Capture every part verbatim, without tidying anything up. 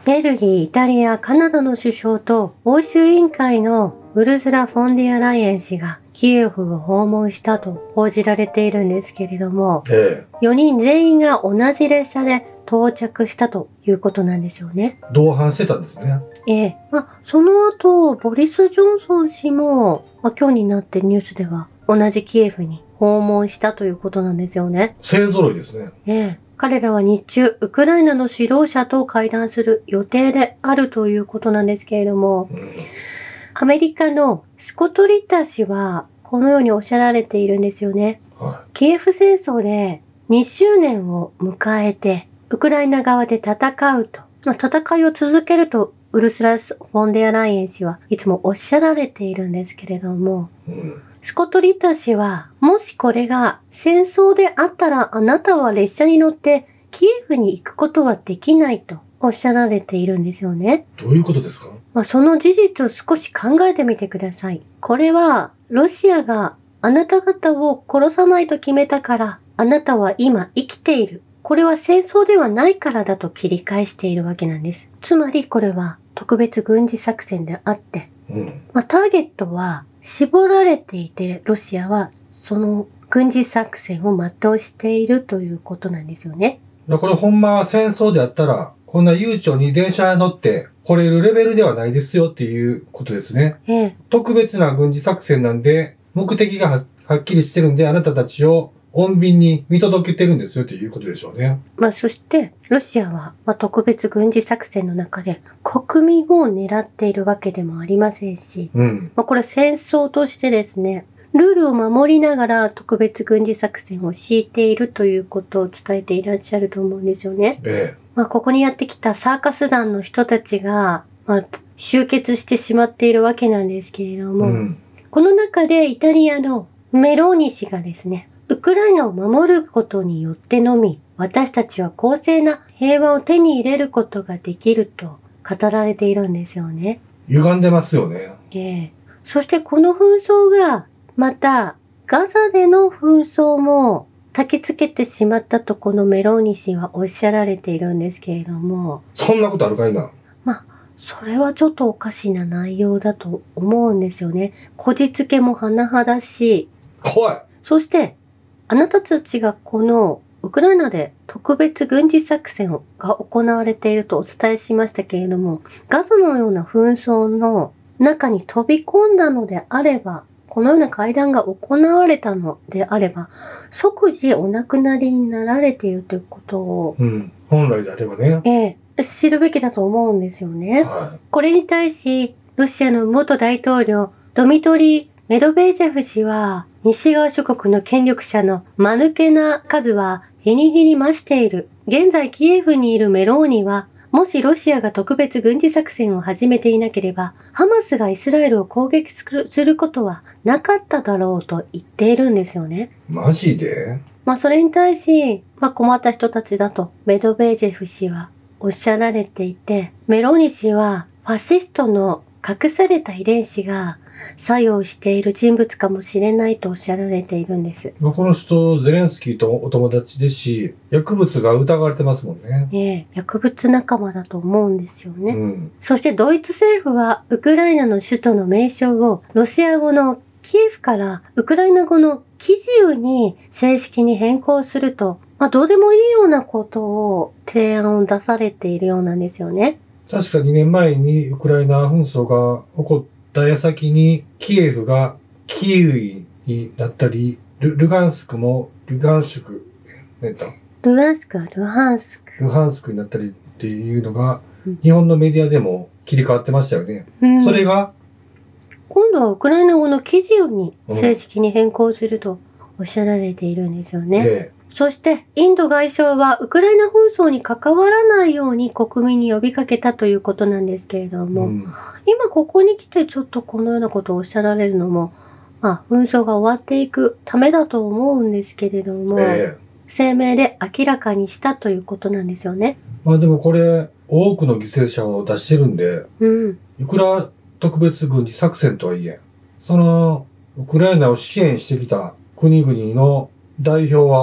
ベルギー、イタリア、カナダの首相と欧州委員会のウルスラ・フォンディアライエン氏がキエフを訪問したと報じられているんですけれども、 ええ、 よにん全員が同じ列車で到着したということなんですよね。 同伴してたんですね。 ええ、まあ、その後、ボリス・ジョンソン氏も、まあ、今日になってニュースでは同じキエフに訪問したということなんですよね。 勢揃いですね。 ええ、彼らは日中、ウクライナの指導者と会談する予定であるということなんですけれども、 うん、 アメリカのスコト・リッター氏はこのようにおっしゃられているんですよね。 はキエフ戦争でにしゅうねんを迎えて、ウクライナ側で戦うと、まあ、戦いを続けるとウルスラ・フォンデアライエン氏はいつもおっしゃられているんですけれども、 い。うん、 スコット・リッター氏は、もしこれが戦争であったらあなたは列車に乗ってキエフに行くことはできないとおっしゃられているんですよね。 どういうことですか？ まあ、その事実を少し考えてみてください。これはロシアがあなた方を殺さないと決めたからあなたは今生きている。これは戦争ではないからだと切り返しているわけなんです。つまりこれは特別軍事作戦であって、 うん、 まあ、ターゲットは絞られていて、ロシアはその軍事作戦を全うしているということなんですよね。 これほんまは戦争であったら、こんな悠長に電車に乗って来れるレベルではないですよっていうことですね。 ええ、 特別な軍事作戦なんで、目的が は, はっきりしてるんで、あなたたちを穏便に見届けてるんですよということでしょうね。 まあ、そして、ロシアは、まあ、特別軍事作戦の中で国民を狙っているわけでもありませんし、 うん。 まあ、これ戦争としてですね、ルールを守りながら特別軍事作戦を敷いているということを伝えていらっしゃると思うんですよね。 ええ。 まあ、ここにやってきたサーカス団の人たちが、まあ、集結してしまっているわけなんですけれども、 うん。 この中でイタリアのメローニ氏がですね、ウクライナを守ることによってのみ、私たちは公正な平和を手に入れることができると語られているんですよね。 歪んでますよね。 ええ。そしてこの紛争が、また、ガザでの紛争も焚きつけてしまったとこのメローニ氏はおっしゃられているんですけれども、 そんなことあるかいな。 まあ、それはちょっとおかしな内容だと思うんですよね。こじつけも甚だしい。 怖い。 そして、あなたたちがこのウクライナで特別軍事作戦が行われているとお伝えしましたけれども、ガザのような紛争の中に飛び込んだのであれば、このような会談が行われたのであれば、即時お亡くなりになられているということを、 うん。本来であればね。 ええ、知るべきだと思うんですよね。 はこれに対し、ロシアの元大統領、ドミトリー・メドベージェフ氏は、西側諸国の権力者の間抜けな数は日に日に増している。現在キエフにいるメローニは、もしロシアが特別軍事作戦を始めていなければ、ハマスがイスラエルを攻撃する、することはなかっただろうと言っているんですよね。 い。マジで？ まあそれに対し、まあ困った人たちだとメドベージェフ氏はおっしゃられていて、メローニ氏はファシストの隠された遺伝子が作用している人物かもしれないとおっしゃられているんです。 この人、ゼレンスキーとお友達ですし、薬物が疑われてますもんね。 ええ、薬物仲間だと思うんですよね。 うん。 そしてドイツ政府はウクライナの首都の名称をロシア語のキエフからウクライナ語のキジウに正式に変更すると、まあどうでもいいようなことを提案を出されているようなんですよね。 確かにねんまえにウクライナ紛争が起こった矢先にキエフがキーウイになったり、ル, ルガンスクもルガンシュク、ね、 ルガンスクはルハンスク。 ルハンスクになったりっていうのが、 うん、 日本のメディアでも切り替わってましたよね。 うん、 それが今度はウクライナ語のキジウに正式に変更するとおっしゃられているんですよね。 ええ、 そして、インド外相はウクライナ紛争に関わらないように国民に呼びかけたということなんですけれども、うん、今ここに来てちょっとこのようなことをおっしゃられるのも、まあ、紛争が終わっていくためだと思うんですけれども、ええ、声明で明らかにしたということなんですよね。 まあでもこれ、多くの犠牲者を出してるんで、 うん、 いくら特別軍事作戦とはいえ、その、ウクライナを支援してきた国々の代表は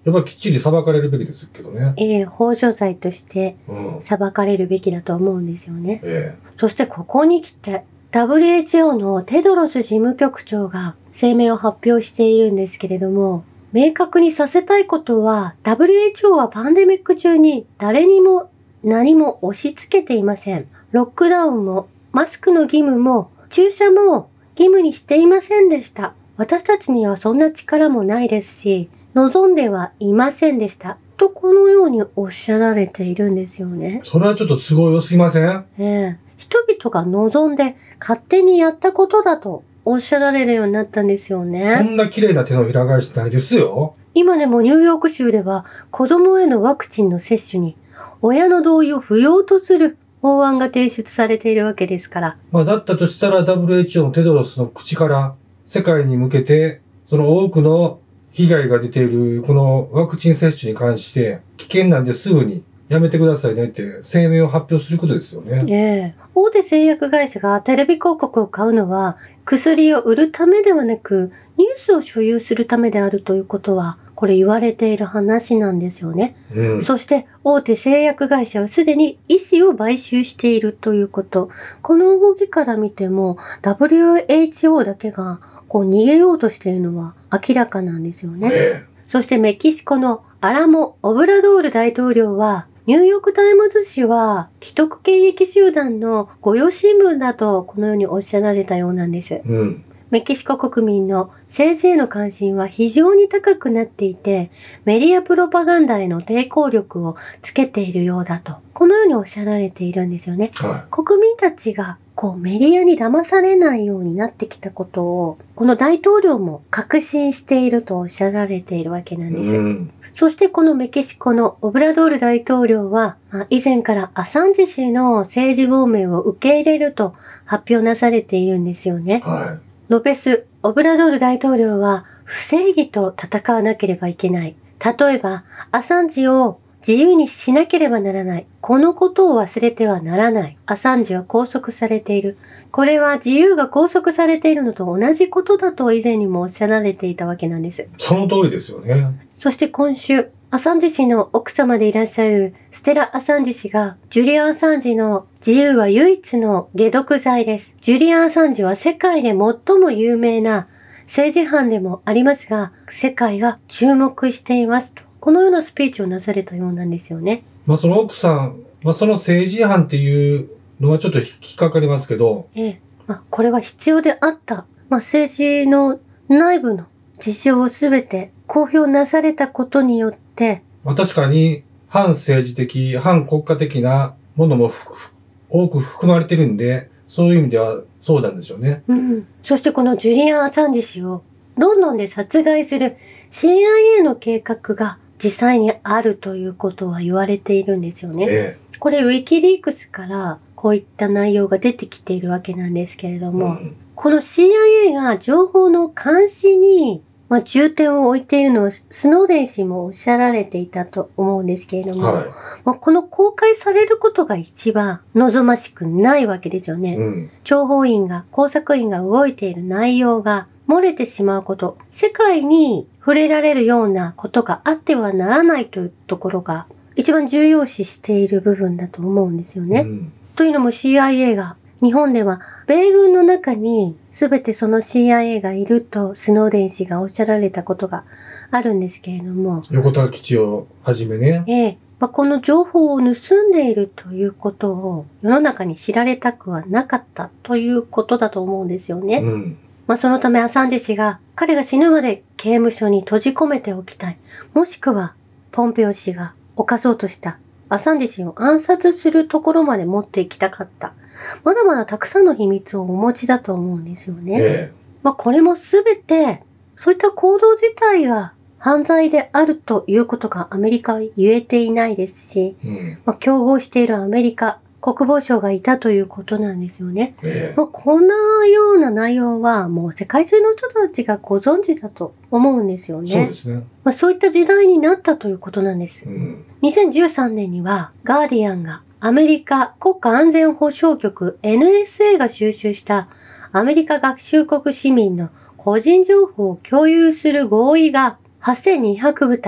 やっぱきっちり裁かれるべきですけどね。 えー、幇助罪としてうん。 裁かれるべきだと思うんですよね。 えそしてここに来て ダブリューエイチオー のテドロス事務局長が声明を発表しているんですけれども、明確にさせたいことは ダブリューエイチオー はパンデミック中に誰にも何も押し付けていません。ロックダウンもマスクの義務も注射も義務にしていませんでした。私たちにはそんな力もないですし、望んではいませんでした。とこのようにおっしゃられているんですよね。 それはちょっと都合良すぎません？ ええ、人々が望んで勝手にやったことだとおっしゃられるようになったんですよそね。 んな綺麗な手のひら返しないですよ。 今でもニューヨーク州では子供へのワクチンの接種に親の同意を不要とする法案が提出されているわけですから。 まあだったとしたら ダブリューエイチオー のテドロスの口から世界に向けてその多くの被害が出ているこのワクチン接種に関して危険なんですぐにやめてくださいねって声明を発表することですよね。 ええ、大手製薬会社がテレビ広告を買うのは薬を売るためではなくニュースを所有するためであるということはこれ言われている話なんですよね。 うん。 そして大手製薬会社はすでに医師を買収しているということ。この動きから見ても ダブリューエイチオー だけがこう逃げようとしているのは明らかなんですよね。 えそしてメキシコのアラモ・オブラドール大統領はニューヨークタイムズ紙は既得権益集団の御用新聞だとこのようにおっしゃられたようなんです。 え。うん。 メキシコ国民の政治への関心は非常に高くなっていて、メディアプロパガンダへの抵抗力をつけているようだと、このようにおっしゃられているんですよね。 は国民たちがこうメディアに騙されないようになってきたことを、この大統領も確信しているとおっしゃられているわけなんい。 です。 うん。 そしてこのメキシコのオブラドール大統領は、まあ以前からアサンジ氏の政治亡命を受け入れると発表なされているんですよね。 はロペス・オブラドール大統領は不正義と戦わなければいけない。例えば、アサンジを自由にしなければならない。このことを忘れてはならない。アサンジは拘束されている。これは自由が拘束されているのと同じことだと以前にもおっしゃられていたわけなんです。 い。その通りですよね。 そして今週、アサンジ氏の奥様でいらっしゃるステラ・アサンジ氏が、ジュリアン・アサンジの自由は唯一の解毒剤です。ジュリアン・アサンジは世界で最も有名な政治犯でもありますが、世界が注目していますと。このようなスピーチをなされたようなんですよね。 まあその奥さん、まあその政治犯っていうのはちょっと引っかかりますけど、 ええ。まあ、これは必要であった。まあ、政治の内部の事情をすべて公表なされたことによって、 まあ確かに反政治的、反国家的なものもふふ多く含まれてるんで、そういう意味ではそうなんでしょうね。 うん。そしてこのジュリアン・アサンジ氏をロンドンで殺害する シーアイエー の計画が実際にあるということは言われているんですよね。 えこれウィキリークスからこういった内容が出てきているわけなんですけれどえ。 も、 うんこの シーアイエー が情報の監視に、まあ、重点を置いているのをスノーデン氏もおっしゃられていたと思うんですけれども、 はまあ、この公開されることが一番望ましくないわけですよね。 い。うん。 諜報員が、工作員が動いている内容が漏れてしまうこと、世界に触れられるようなことがあってはならないというところが一番重要視している部分だと思うんですよね。 うんというのも シーアイエー が日本では米軍の中に全てその シーアイエー がいるとスノーデン氏がおっしゃられたことがあるんですけれども、 横田基地をはじめね。 ええまあ、この情報を盗んでいるということを世の中に知られたくはなかったということだと思うんですよね。 うん。 まあ、そのためアサンジ氏が彼が死ぬまで刑務所に閉じ込めておきたい。もしくはポンペオ氏が犯そうとしたアサンジ氏を暗殺するところまで持っていきたかった。まだまだたくさんの秘密をお持ちだと思うんですよね。 えまあ、これもすべてそういった行動自体が犯罪であるということがアメリカは言えていないですし、 え。うん。 まあ、競合しているアメリカ国防省がいたということなんですよね。 ええ。 まあ、こんなような内容はもう世界中の人たちがご存知だと思うんですよね。 そうですね。 まあ、そういった時代になったということなんです。 うん。 にせんじゅうさんねんにはガーディアンがアメリカ国家安全保障局 エヌエスエー が収集したアメリカ合衆国市民の個人情報を共有する合意がはっせんにひゃくぶたい、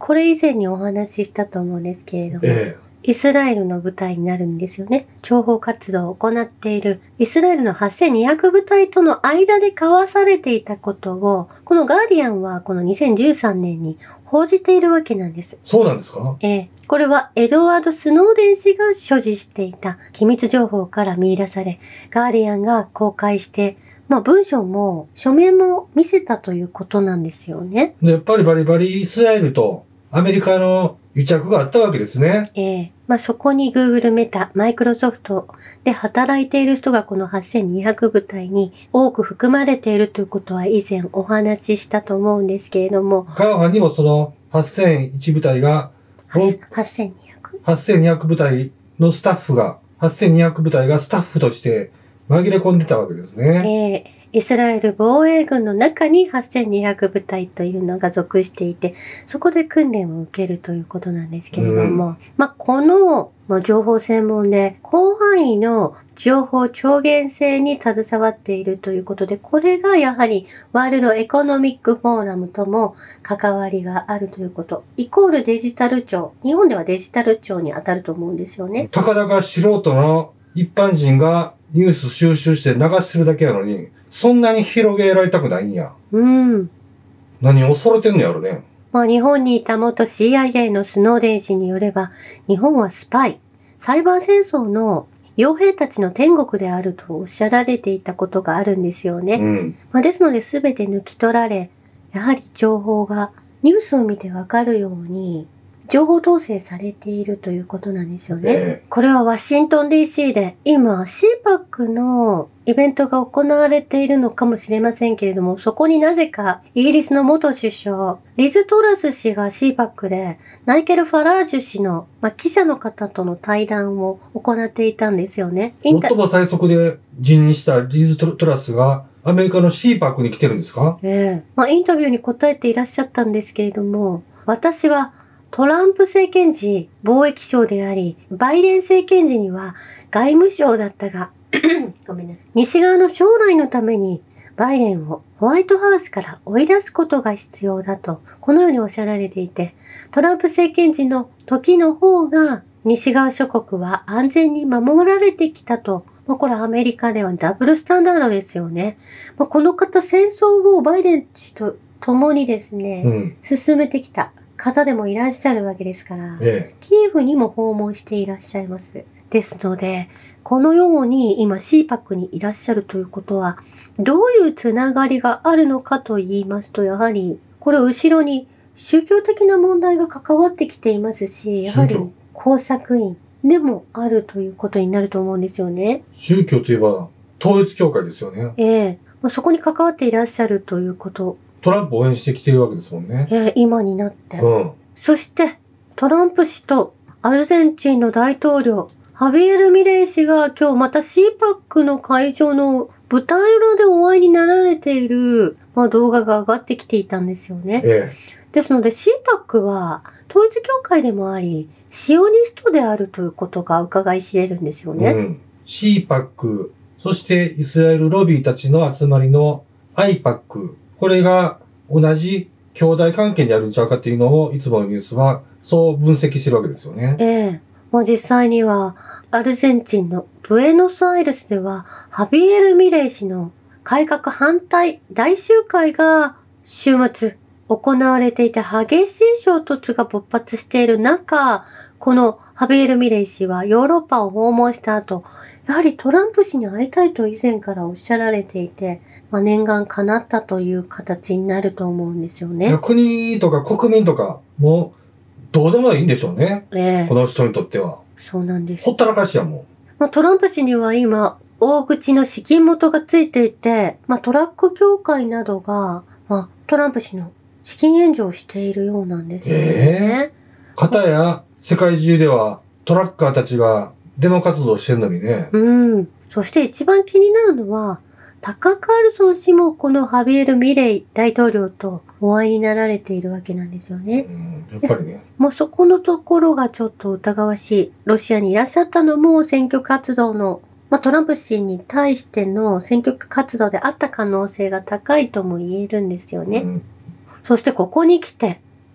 これ以前にお話ししたと思うんですけれども、 えイスラエルの部隊になるんですよね。諜報活動を行っているイスラエルのはっせんにひゃく部隊との間で交わされていたことを、このガーディアンはこのにせんじゅうさんねんに報じているわけなんです。 そうなんですか？ ええ。これはエドワード・スノーデン氏が所持していた機密情報から見出され、ガーディアンが公開して、まあ文章も書面も見せたということなんですよね。 で、やっぱりバリバリイスラエルとアメリカの癒着があったわけですね。 ええ。まあそこに Google、メタ、マイクロソフトで働いている人がこのはっせんにひゃく部隊に多く含まれているということは以前お話ししたと思うんですけれども。 ガーファにもそのはっせんいち部隊が、 はっせんにひゃく? はっせんにひゃく部隊のスタッフが、はっせんにひゃく部隊がスタッフとして紛れ込んでたわけですね。 ええ。イスラエル防衛軍の中にはっせんにひゃく部隊というのが属していて、そこで訓練を受けるということなんですけれども、うん、まあ、この、まあ、情報専門で広範囲の情報超限性に携わっているということで、これがやはりワールドエコノミックフォーラムとも関わりがあるということ。イコールデジタル庁。日本ではデジタル庁に当たると思うんですよね。 たかだか素人の一般人がニュース収集して流してるだけやのに、そんなに広げられたくないんや。 うん。 何を恐れてんのやろね。 まあ日本にいた元 シーアイエー のスノーデン氏によれば、日本はスパイ、サイバー戦争の傭兵たちの天国であるとおっしゃられていたことがあるんですよね。 うん。 まあですので全て抜き取られ、やはり情報がニュースを見てわかるように、情報統制されているということなんですよね。ええ、これはワシントン ディーシー で今 シーパック のイベントが行われているのかもしれませんけれども、そこになぜかイギリスの元首相リズ・トラス氏が シーパック でナイケル・ファラージュ氏の、まあ、記者の方との対談を行っていたんですよね。 最も最速で辞任したリズ・トラスがアメリカの シーパック に来てるんですか？ ええ、まあ、インタビューに答えていらっしゃったんですけれども、私はトランプ政権時、貿易相であり、バイデン政権時には外務省だったが、ごめんなさい。西側の将来のために、バイデンをホワイトハウスから追い出すことが必要だと、このようにおっしゃられていて、トランプ政権時の時の方が、西側諸国は安全に守られてきたと、まあ、これアメリカではダブルスタンダードですよね。まあ、この方、戦争をバイデン氏と共にですね、うん、進めてきた方でもいらっしゃるわけですから、ええ、キエフにも訪問していらっしゃいます。ですので、このように今 シーパック にいらっしゃるということは、どういうつながりがあるのかと言いますと、やはり、これ後ろに宗教的な問題が関わってきていますし、やはり工作員でもあるということになると思うんですよね。 宗教といえば、統一教会ですよね。 ええ、まあ、そこに関わっていらっしゃるということ。 トランプを応援してきているわけですもんね。 ええ、今になって。 うん。 そして、トランプ氏とアルゼンチンの大統領、ハビエル・ミレイ氏が今日また シーパック の会場の舞台裏でお会いになられている、まあ、動画が上がってきていたんですよね。 ええ、 ですので シーパック は統一教会でもあり、シオニストであるということが伺い知れるんですよね。 うん、シーパック、そしてイスラエルロビーたちの集まりの アイパック、これが同じ兄弟関係にあるんちゃうかっていうのをいつものニュースはそう分析してるわけですよね。 ええ。まあ、実際にはアルゼンチンのブエノスアイレスではハビエル・ミレイ氏の改革反対大集会が週末行われていて激しい衝突が勃発している中、このハビエル・ミレイ氏はヨーロッパを訪問した後、やはりトランプ氏に会いたいと以前からおっしゃられていて、まあ、念願叶ったという形になると思うんですよね。 国とか国民とかもうどうでもいいんでしょうね。 ええ、 この人にとっては。 そうなんです。 ほったらかしやもん。 まあ、トランプ氏には今、大口の資金元がついていて、まあ、トラック協会などが、まあ、トランプ氏の資金援助をしているようなんですよね。 えー、かたや世界中ではトラッカーたちがデモ活動してるのにね。 うん。そして一番気になるのは、タカ・カールソン氏もこのハビエル・ミレイ大統領とお会いになられているわけなんですよね。 うん、やっぱりね。 もうそこのところがちょっと疑わしい。ロシアにいらっしゃったのも選挙活動の、まあ、トランプ氏に対しての選挙活動であった可能性が高いとも言えるんですよね。うん、そしてここに来て、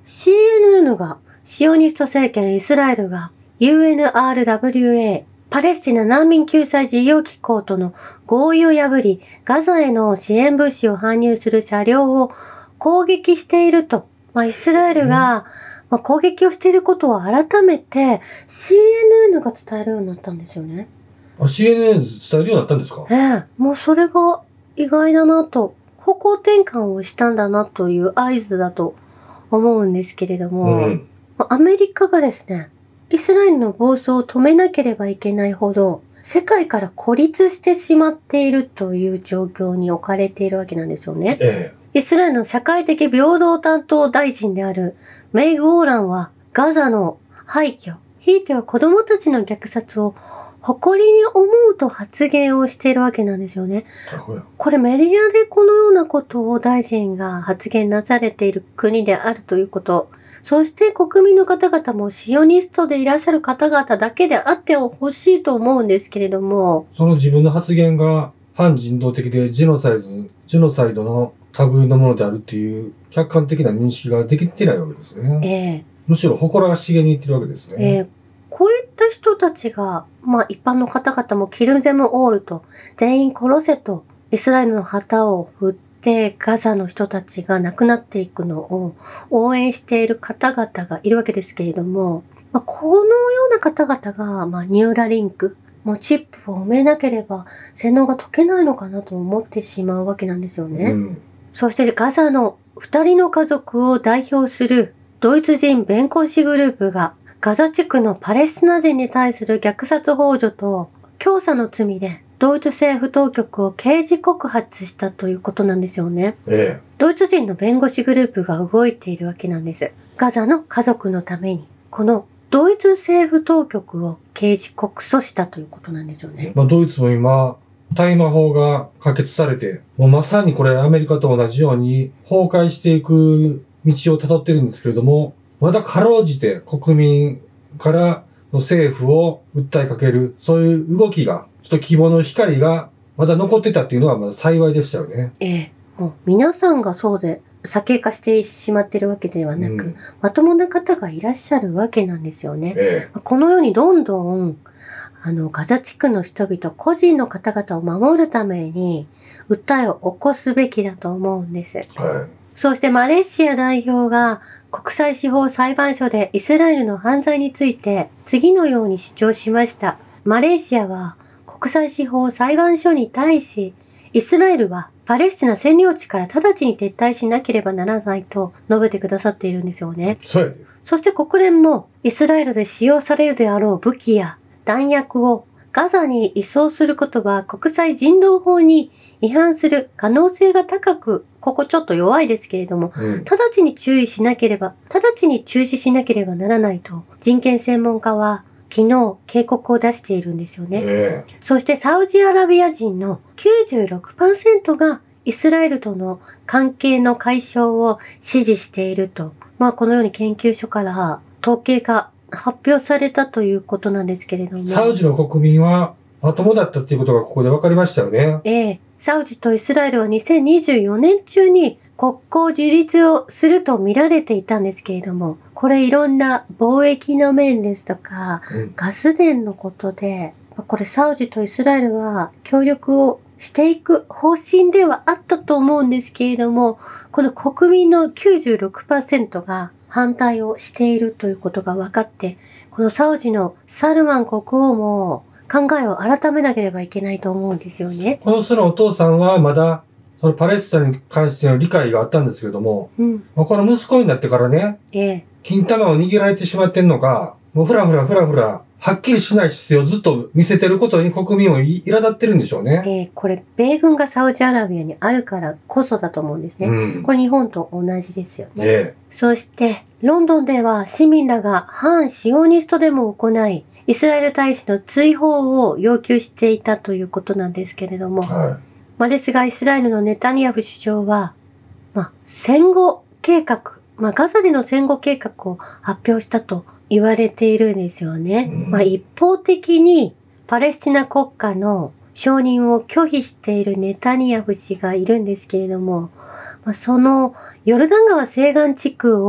シーエヌエヌ がシオニスト政権イスラエルが ユーエヌアールダブリューエー パレスチナ難民救済事業機構との合意を破り、ガザへの支援物資を搬入する車両を攻撃していると、まあ、イスラエルが、まあ、攻撃をしていることを改めて シーエヌエヌ が伝えるようになったんですよね。 あ、シーエヌエヌ 伝えるようになったんですか？ ええ、もうそれが意外だなと、方向転換をしたんだなという合図だと思うんですけれども、うん、アメリカがですね、イスラエルの暴走を止めなければいけないほど、世界から孤立してしまっているという状況に置かれているわけなんですよね。 ええ、イスラエルの社会的平等担当大臣であるメイグ・オーランは、ガザの廃墟、ひいては子供たちの虐殺を誇りに思うと発言をしているわけなんですよね。これメディアでこのようなことを大臣が発言なされている国であるということ、そして国民の方々もシオニストでいらっしゃる方々だけであってほしいと思うんですけれども、 その自分の発言が反人道的でジェノサイズ、ジェノサイドの類のものであるっていう客観的な認識ができてないわけですね。 ええ、 むしろ誇らがしげに言ってるわけですね。 ええ、こういった人たちが、まあ一般の方々もキルゼムオールと全員殺せとイスラエルの旗を振ってガザの人たちが亡くなっていくのを応援している方々がいるわけですけれども、まあ、このような方々が、まあ、ニューラリンク、もうチップを埋めなければ洗脳が解けないのかなと思ってしまうわけなんですよね。うん、そしてガザの二人の家族を代表するドイツ人弁護士グループがガザ地区のパレスチナ人に対する虐殺幇助と教唆の罪でドイツ政府当局を刑事告発したということなんですよね。 ええ、 ドイツ人の弁護士グループが動いているわけなんです。ガザの家族のためにこのドイツ政府当局を刑事告訴したということなんですよね。 まあ、ドイツも今大麻法が可決されて、もうまさにこれアメリカと同じように崩壊していく道をたどってるんですけれども、まだかろうじて国民からの政府を訴えかける、そういう動きが、ちょっと希望の光がまだ残ってたっていうのはまだ幸いでしたよね。 ええ。もう皆さんがそうで、左傾化してしまってるわけではなく、うん、まともな方がいらっしゃるわけなんですよね。 ええ、 このようにどんどん、あの、ガザ地区の人々、個人の方々を守るために、訴えを起こすべきだと思うんです。 はい、 そしてマレーシア代表が、国際司法裁判所でイスラエルの犯罪について次のように主張しました。マレーシアは国際司法裁判所に対し、イスラエルはパレスチナ占領地から直ちに撤退しなければならないと述べてくださっているんですよね。 そうやで。 そして国連もイスラエルで使用されるであろう武器や弾薬をガザに移送することは国際人道法に違反する可能性が高く、ここちょっと弱いですけれども、うん、直ちに注意しなければ、直ちに中止しなければならないと、人権専門家は昨日警告を出しているんですよね。 えー、 そしてサウジアラビア人の きゅうじゅうろくパーセント がイスラエルとの関係の解消を支持していると、まあこのように研究所から統計が発表されたということなんですけれども。 サウジの国民はまともだったっていうことがここで分かりましたよね。 ええ。サウジとイスラエルはにせんにじゅうよねん中に国交樹立をすると見られていたんですけれども、これいろんな貿易の面ですとか、うん、ガス田のことで、これサウジとイスラエルは協力をしていく方針ではあったと思うんですけれども、この国民の きゅうじゅうろくパーセント が反対をしているということが分かって、このサウジのサルマン国王も考えを改めなければいけないと思うんですよね。 この人のお父さんはまだそのパレスチナに関しての理解があったんですけれども、うん、この息子になってからね、 ええ、 金玉を握られてしまってんのか、もうふらふらふらふら、はっきりしない姿勢をずっと見せてることに国民を苛立ってるんでしょうね。 ええ、これ米軍がサウジアラビアにあるからこそだと思うんですね。うん、これ日本と同じですよね。 ええ、 そしてロンドンでは市民らが反シオニストデモを行い、イスラエル大使の追放を要求していたということなんですけれども、 はい、 まあ、ですがイスラエルのネタニヤフ首相は、まあ、戦後計画、まあ、ガザでの戦後計画を発表したと言われているんですよね。うん、まあ、一方的にパレスチナ国家の承認を拒否しているネタニヤフ氏がいるんですけれども、まあ、そのヨルダン川西岸地区を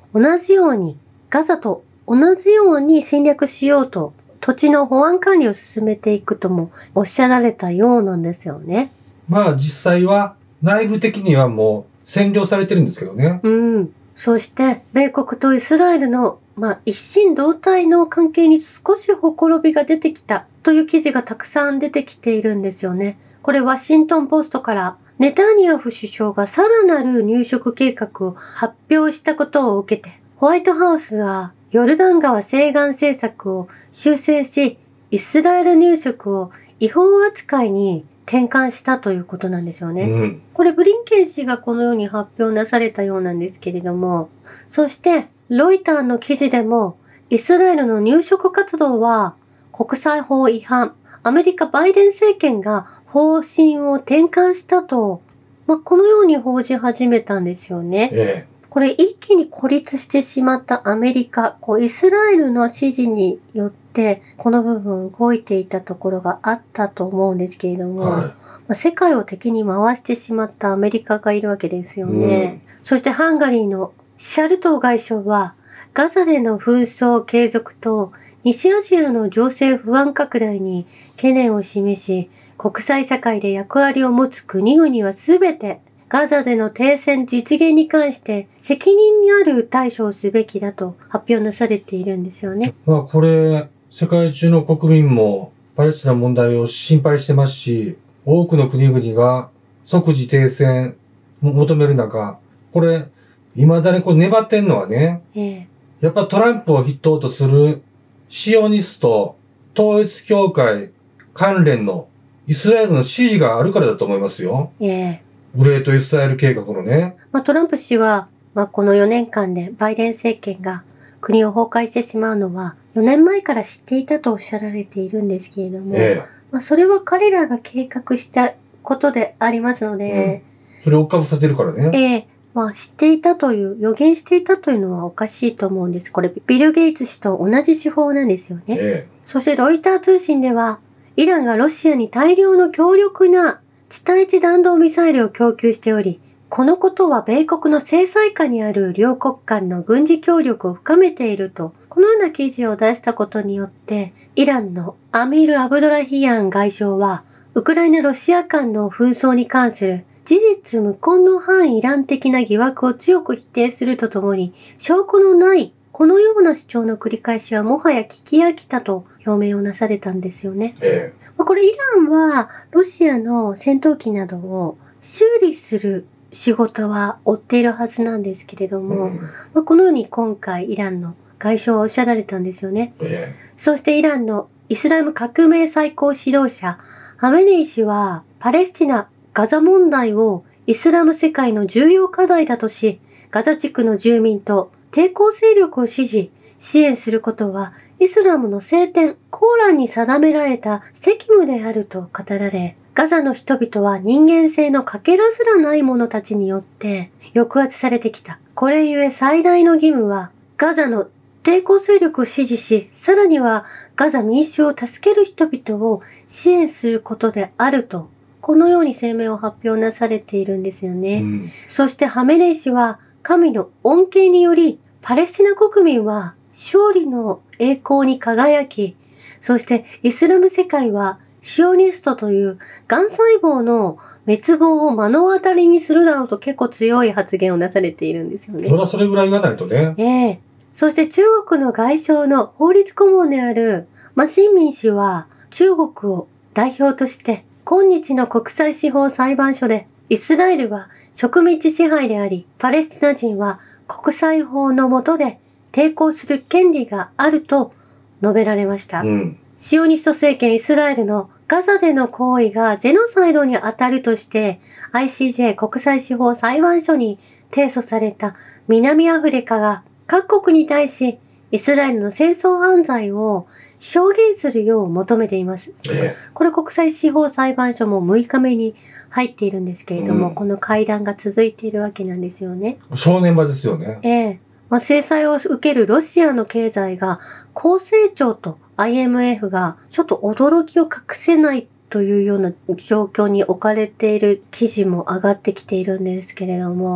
同じように、ガザと同じように侵略しようと、土地の保安管理を進めていくともおっしゃられたようなんですよね。 まあ実際は内部的にはもう占領されてるんですけどね。 うん。そして、米国とイスラエルの、まあ、一心同体の関係に少しほころびが出てきたという記事がたくさん出てきているんですよね。これワシントンポストからネタニヤフ首相がさらなる入植計画を発表したことを受けて、ホワイトハウスはヨルダン川西岸政策を修正し、イスラエル入植を違法扱いに転換したということなんですよね。 うん。 これブリンケン氏がこのように発表なされたようなんですけれども、そしてロイターの記事でもイスラエルの入植活動は国際法違反、アメリカバイデン政権が方針を転換したと、まあ、このように報じ始めたんですよね。 ええ。 これ一気に孤立してしまったアメリカ、こうイスラエルの指示によってこの部分動いていたところがあったと思うんですけれども、 はまあ、世界を敵に回してしまったアメリカがいるわけですよね。そしてハンガリーのシャルトー外相はガザでの紛争継続と西アジアの情勢不安拡大に懸念を示し、国際社会で役割を持つ国々はすべてガザでの停戦実現に関して責任にある対処をすべきだと発表なされているんですよね。 まあこれ、世界中の国民もパレスチナ問題を心配してますし、多くの国々が即時停戦を求める中、これ、未だにこう粘ってんのはね、 ええ、 やっぱトランプを筆頭とするシオニスト、統一教会関連のイスラエルの支持があるからだと思いますよ。 ええ。 グレートイスラエル計画のね。 まあ、トランプ氏は、まあ、このよねんかんでバイデン政権が国を崩壊してしまうのはよねんまえから知っていたとおっしゃられているんですけれども、 えまあ、それは彼らが計画したことでありますので、 え。それを追っかぶさせるからね。 ええ、まあ、知っていたという、予言していたというのはおかしいと思うんです。これ、ビル・ゲイツ氏と同じ手法なんですよね。 えそしてロイター通信では、イランがロシアに大量の強力な地対地弾道ミサイルを供給しており、このことは米国の制裁下にある両国間の軍事協力を深めていると、このような記事を出したことによって、イランのアミール・アブドラヒアン外相は、ウクライナ・ロシア間の紛争に関する事実無根の反イラン的な疑惑を強く否定するとともに、証拠のないこのような主張の繰り返しはもはや聞き飽きたと表明をなされたんですよね。 え。えまあ、これイランはロシアの戦闘機などを修理する仕事は追っているはずなんですけれどえ。 も、 うん。 まあ、このように今回イランの外相はおっしゃられたんですよね。 えそしてイランのイスラム革命最高指導者ハメネイ氏はパレスチナ・ガザ問題をイスラム世界の重要課題だとし、ガザ地区の住民と抵抗勢力を支持、支援することはイスラムの聖典、コーランに定められた責務であると語られ、ガザの人々は人間性のかけらすらない者たちによって抑圧されてきた。これゆえ最大の義務はガザの抵抗勢力を支持し、さらにはガザ民衆を助ける人々を支援することであると、このように声明を発表なされているんですよえ。 ね。 うん。 そしてハメネイ氏は神の恩恵によりパレスチナ国民は勝利の栄光に輝き、そしてイスラム世界はシオニストという癌細胞の滅亡を目の当たりにするだろうと結構強い発言をなされているんですよね。 そらそれぐらい言わないとね。 ええ。そして中国の外相の法律顧問であるマシンミン氏は中国を代表として今日の国際司法裁判所でイスラエルは植民地支配であり、パレスチナ人は国際法の下で抵抗する権利があると述べられました。 うん。 シオニスト政権イスラエルのガザでの行為がジェノサイドに当たるとして アイシージェー 国際司法裁判所に提訴された南アフリカが各国に対しイスラエルの戦争犯罪を証言するよう求めています。 えこれ国際司法裁判所もむいかめに入っているんですけれども、 うんこの会談が続いているわけなんですよね。 え。正念場ですよね。 ええ。まあ、制裁を受けるロシアの経済が高成長と アイエムエフ がちょっと驚きを隠せないというような状況に置かれている記事も上がってきているんですけれども、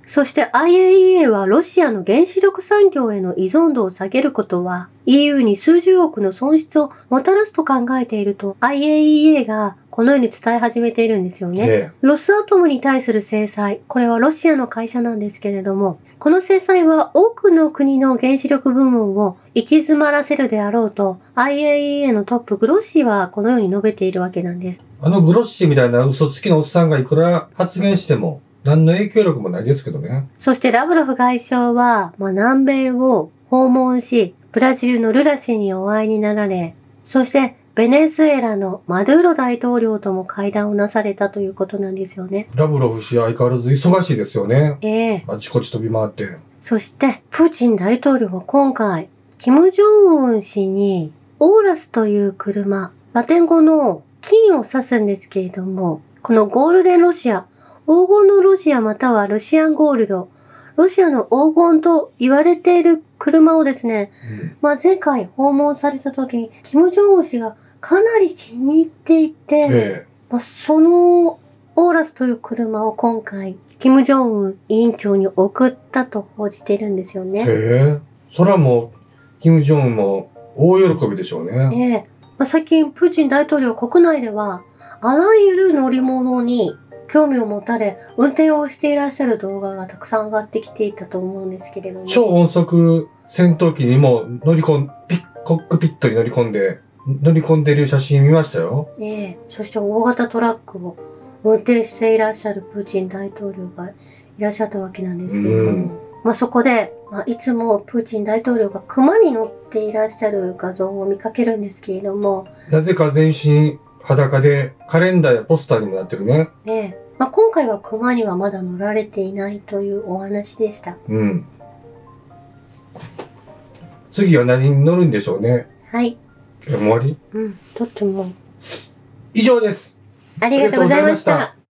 そして アイエーイーエー はロシアの原子力産業への依存度を下げることは イーユー に数十億の損失をもたらすと考えていると アイエーイーエー がこのように伝え始めているんですよね。 ええ、 ロスアトムに対する制裁、これはロシアの会社なんですけれども、この制裁は多くの国の原子力部門を行き詰まらせるであろうと アイエーイーエー のトップグロッシーはこのように述べているわけなんです。 あのグロッシーみたいな嘘つきのおっさんがいくら発言しても何の影響力もないですけどね。 そしてラブロフ外相は、まあ、南米を訪問し、ブラジルのルラ氏にお会いになられ、そしてベネズエラのマドゥーロ大統領とも会談をなされたということなんですよね。 ラブロフ氏は相変わらず忙しいですよね。 ええ。 あちこち飛び回って。 そして、プーチン大統領は今回、キム・ジョンウン氏に、オーラスという車、ラテン語の金を指すんですけれども、このゴールデンロシア、黄金のロシアまたはロシアンゴールド、ロシアの黄金と言われている車をですね、 うん、 まあ前回訪問された時に、キム・ジョンウン氏がかなり気に入っていて、 ええ、 まあ、そのオーラスという車を今回、キム・ジョンウン委員長に送ったと報じているんですよね。 へえ。そらもう、キム・ジョンウンも大喜びでしょうね。 ええ。まあ、最近、プーチン大統領国内では、あらゆる乗り物に興味を持たれ、運転をしていらっしゃる動画がたくさん上がってきていたと思うんですけれども。 超音速戦闘機にも乗り込ん、ピッ、コックピットに乗り込んで、乗り込んでる写真見ましたよ。 ええ。そして大型トラックを運転していらっしゃるプーチン大統領がいらっしゃったわけなんですけれども。 うん、 まあそこで、まあ、いつもプーチン大統領が馬に乗っていらっしゃる画像を見かけるんですけれども。 なぜか全身裸でカレンダーやポスターにもなってるね。 ええ。まあ今回は馬にはまだ乗られていないというお話でした。 うん。次は何に乗るんでしょうね。 はい。 終わり？ うん。とっても。 以上です。 ありがとうございました。